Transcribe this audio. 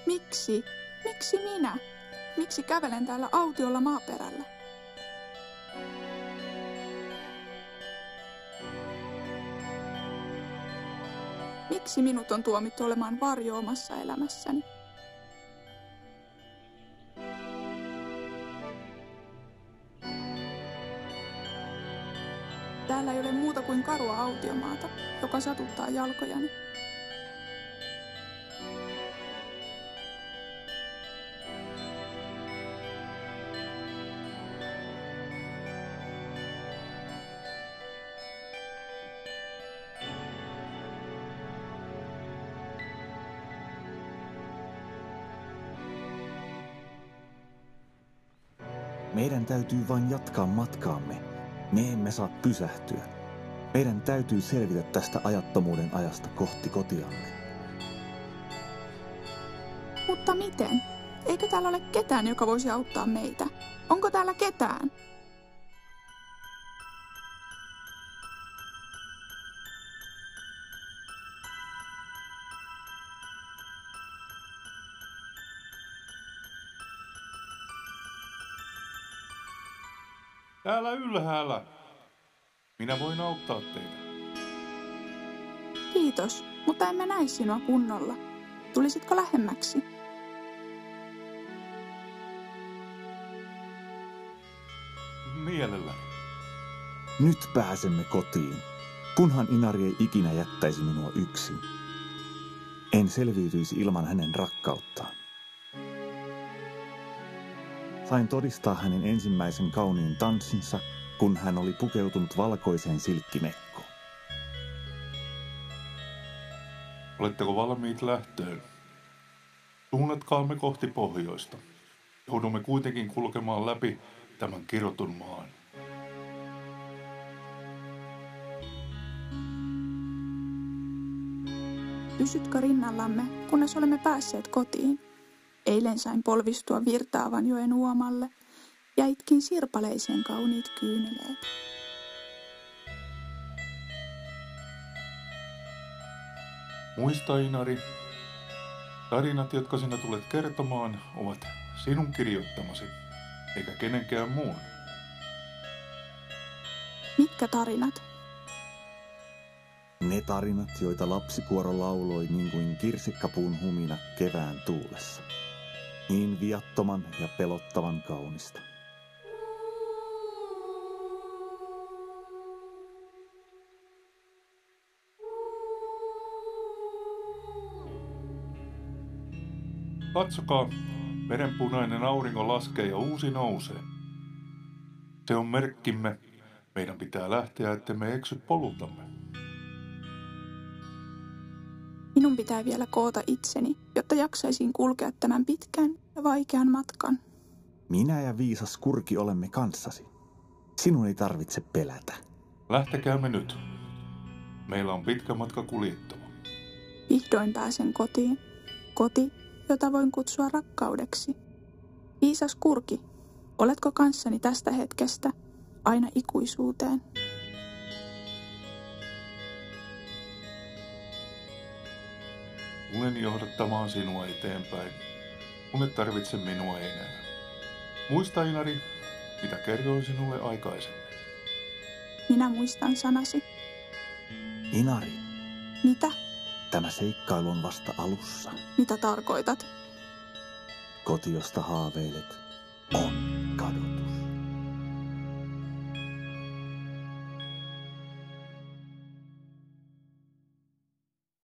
Miksi? Miksi minä? Miksi kävelen täällä autiolla maaperällä? Miksi minut on tuomittu olemaan varjo omassa elämässäni? Täällä ei ole muuta kuin karua autiomaata, joka satuttaa jalkojani. Meidän täytyy vain jatkaa matkaamme. Me emme saa pysähtyä. Meidän täytyy selvitä tästä ajattomuuden ajasta kohti kotiamme. Mutta miten? Eikö täällä ole ketään, joka voisi auttaa meitä? Onko täällä ketään? Täällä ylhäällä. Minä voin auttaa teitä. Kiitos, mutta emme näe sinua kunnolla. Tulisitko lähemmäksi? Mielelläni. Nyt pääsemme kotiin, kunhan Inari ei ikinä jättäisi minua yksin. En selviytyisi ilman hänen rakkauttaan. Sain todistaa hänen ensimmäisen kauniin tanssinsa, kun hän oli pukeutunut valkoiseen silkkimekkoon. Oletteko valmiit lähtöön? Suunnatkaamme kohti pohjoista. Joudumme kuitenkin kulkemaan läpi tämän kirotun maan. Pysytkö rinnallamme, kunnes olemme päässeet kotiin? Eilen sain polvistua virtaavan joen uomalle ja itkin sirpaleisen kauniit kyyneleet. Muista, Inari, tarinat, jotka sinä tulet kertomaan, ovat sinun kirjoittamasi, eikä kenenkään muun. Mitkä tarinat? Ne tarinat, joita lapsikuoro lauloi niin kuin kirsikkapuun humina kevään tuulessa. Niin viattoman ja pelottavan kaunista. Katsokaa, verenpunainen aurinko laskee ja uusi nousee. Se on merkkimme. Meidän pitää lähteä, ettemme eksy polultamme. Minun pitää vielä koota itseni, jotta jaksaisin kulkea tämän pitkän ja vaikean matkan. Minä ja viisas Kurki olemme kanssasi. Sinun ei tarvitse pelätä. Lähtekäämme nyt. Meillä on pitkä matka kuljettava. Vihdoin pääsen kotiin. Koti, jota voin kutsua rakkaudeksi. Viisas Kurki, oletko kanssani tästä hetkestä aina ikuisuuteen? Tulen johdattamaan sinua eteenpäin, kun et tarvitse minua enää. Muista, Inari, mitä kerroin sinulle aikaisemmin. Minä muistan sanasi. Inari, Mitä? tämä seikkailu on vasta alussa. Mitä tarkoitat? Koti, josta haaveilet, on.